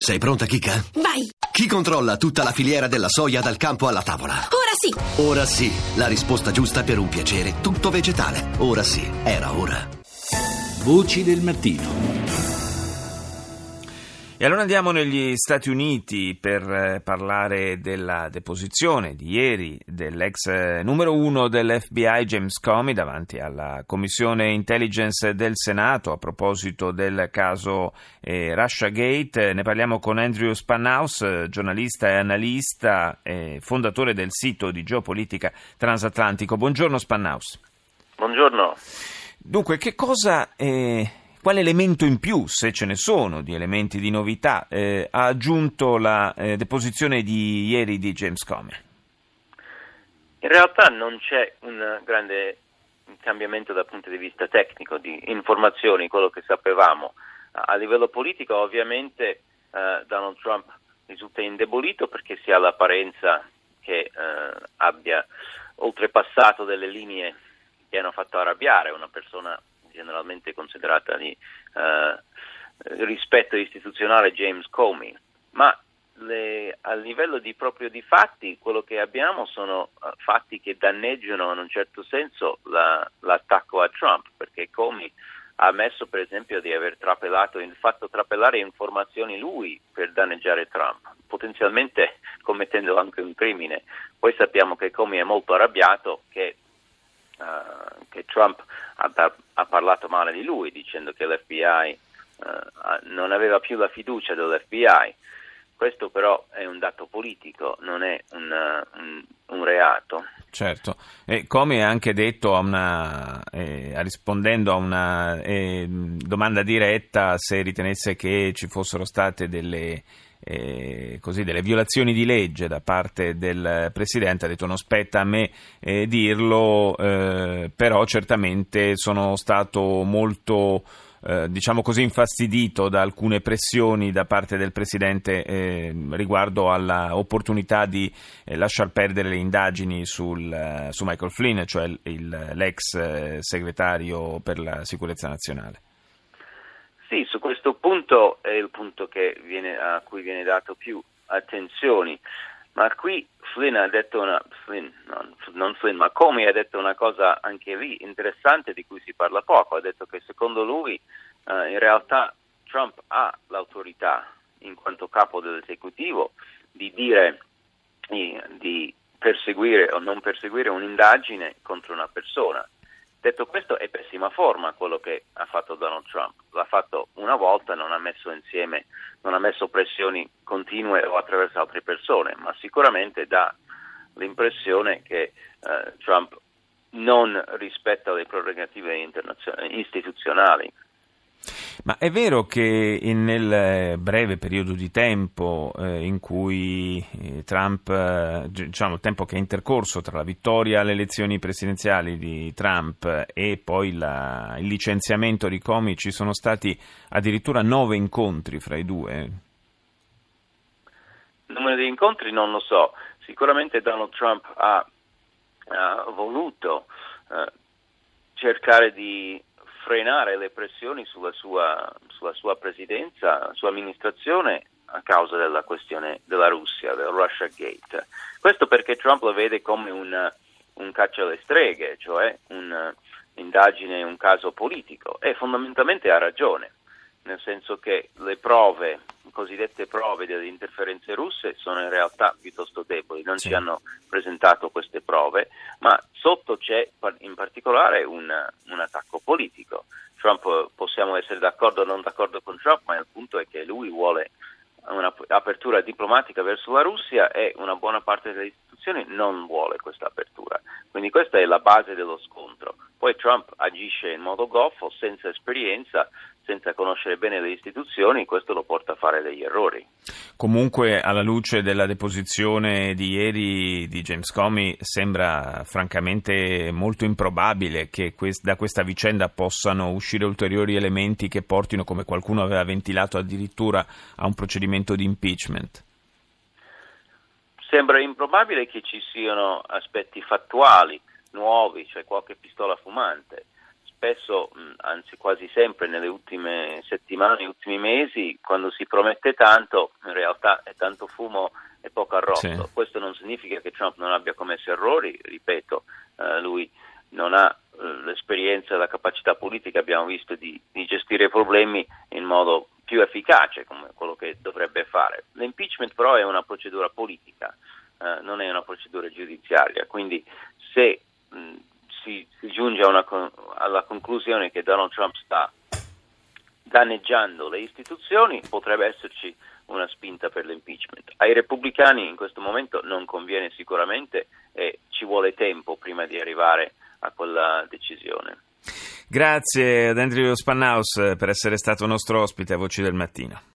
Sei pronta, Kika? Vai! Chi controlla tutta la filiera della soia dal campo alla tavola? Ora sì! Ora sì, la risposta giusta per un piacere tutto vegetale. Ora sì, era ora. Voci del mattino. E allora andiamo negli Stati Uniti per parlare della deposizione di ieri dell'ex numero uno dell'FBI James Comey davanti alla Commissione Intelligence del Senato a proposito del caso Russiagate. Ne parliamo con Andrew Spanhaus, giornalista e analista e fondatore del sito di geopolitica transatlantico. Buongiorno Spanhaus. Buongiorno. Dunque, quale elemento in più, se ce ne sono di elementi di novità, ha aggiunto la deposizione di ieri di James Comey? In realtà non c'è un grande cambiamento dal punto di vista tecnico, di informazioni, quello che sapevamo. A livello politico ovviamente Donald Trump risulta indebolito perché si ha l'apparenza che abbia oltrepassato delle linee che hanno fatto arrabbiare una persona generalmente considerata di rispetto istituzionale, James Comey, ma a livello di fatti, quello che abbiamo sono fatti che danneggiano in un certo senso l'attacco a Trump, perché Comey ha ammesso per esempio di aver fatto trapelare informazioni lui per danneggiare Trump, potenzialmente commettendo anche un crimine. Poi sappiamo che Comey è molto arrabbiato che Trump ha parlato male di lui, dicendo che l'FBI non aveva più la fiducia dell'FBI. Questo però è un dato politico, non è un reato. Certo, e come ha anche detto rispondendo a una domanda diretta se ritenesse che ci fossero state delle violazioni di legge da parte del Presidente, ha detto non spetta a me dirlo, però certamente sono stato molto infastidito da alcune pressioni da parte del Presidente riguardo alla opportunità di lasciar perdere le indagini su Michael Flynn, cioè l'ex segretario per la sicurezza nazionale. Sì, su questo punto è il punto a cui viene dato più attenzioni, ma qui Comey ha detto una cosa anche lì interessante di cui si parla poco. Ha detto che secondo lui in realtà Trump ha l'autorità in quanto capo dell'esecutivo di dire di perseguire o non perseguire un'indagine contro una persona. Detto questo, è pessima forma quello che ha fatto Donald Trump. L'ha fatto una volta, non ha messo pressioni continue o attraverso altre persone, ma sicuramente dà l'impressione che Trump non rispetta le prerogative istituzionali. Ma è vero che nel breve periodo di tempo in cui Trump, il tempo che è intercorso tra la vittoria alle elezioni presidenziali di Trump e poi il licenziamento di Comey, ci sono stati addirittura 9 incontri fra i due? Il numero di incontri non lo so. Sicuramente Donald Trump ha voluto cercare di frenare le pressioni sulla sua presidenza, sua amministrazione a causa della questione della Russia, del Russiagate. Questo perché Trump lo vede come un caccia alle streghe, cioè un'indagine, un caso politico, e fondamentalmente ha ragione, nel senso che le cosiddette prove delle interferenze russe sono in realtà piuttosto deboli, non ci hanno presentato queste prove, ma sotto c'è in particolare un attacco politico. Possiamo essere d'accordo o non d'accordo con Trump, ma il punto è che lui vuole un'apertura diplomatica verso la Russia e una buona parte delle istituzioni non vuole questa apertura. Quindi questa è la base dello scontro. Poi Trump agisce in modo goffo, senza esperienza, senza conoscere bene le istituzioni, questo lo porta a fare degli errori. Comunque, alla luce della deposizione di ieri di James Comey, sembra francamente molto improbabile che da questa vicenda possano uscire ulteriori elementi che portino, come qualcuno aveva ventilato addirittura, a un procedimento di impeachment. Sembra improbabile che ci siano aspetti fattuali nuovi, cioè qualche pistola fumante. spesso, anzi quasi sempre nelle ultime settimane, negli ultimi mesi, quando si promette tanto, in realtà è tanto fumo e poco arrosto. Sì. Questo non significa che Trump non abbia commesso errori, ripeto, lui non ha l'esperienza e la capacità politica, abbiamo visto, di gestire i problemi in modo più efficace, come quello che dovrebbe fare. L'impeachment però è una procedura politica, non è una procedura giudiziaria, quindi se si giunge alla conclusione che Donald Trump sta danneggiando le istituzioni, potrebbe esserci una spinta per l'impeachment. Ai repubblicani in questo momento non conviene sicuramente e ci vuole tempo prima di arrivare a quella decisione. Grazie ad Andrew Spannaus per essere stato nostro ospite a Voci del Mattino.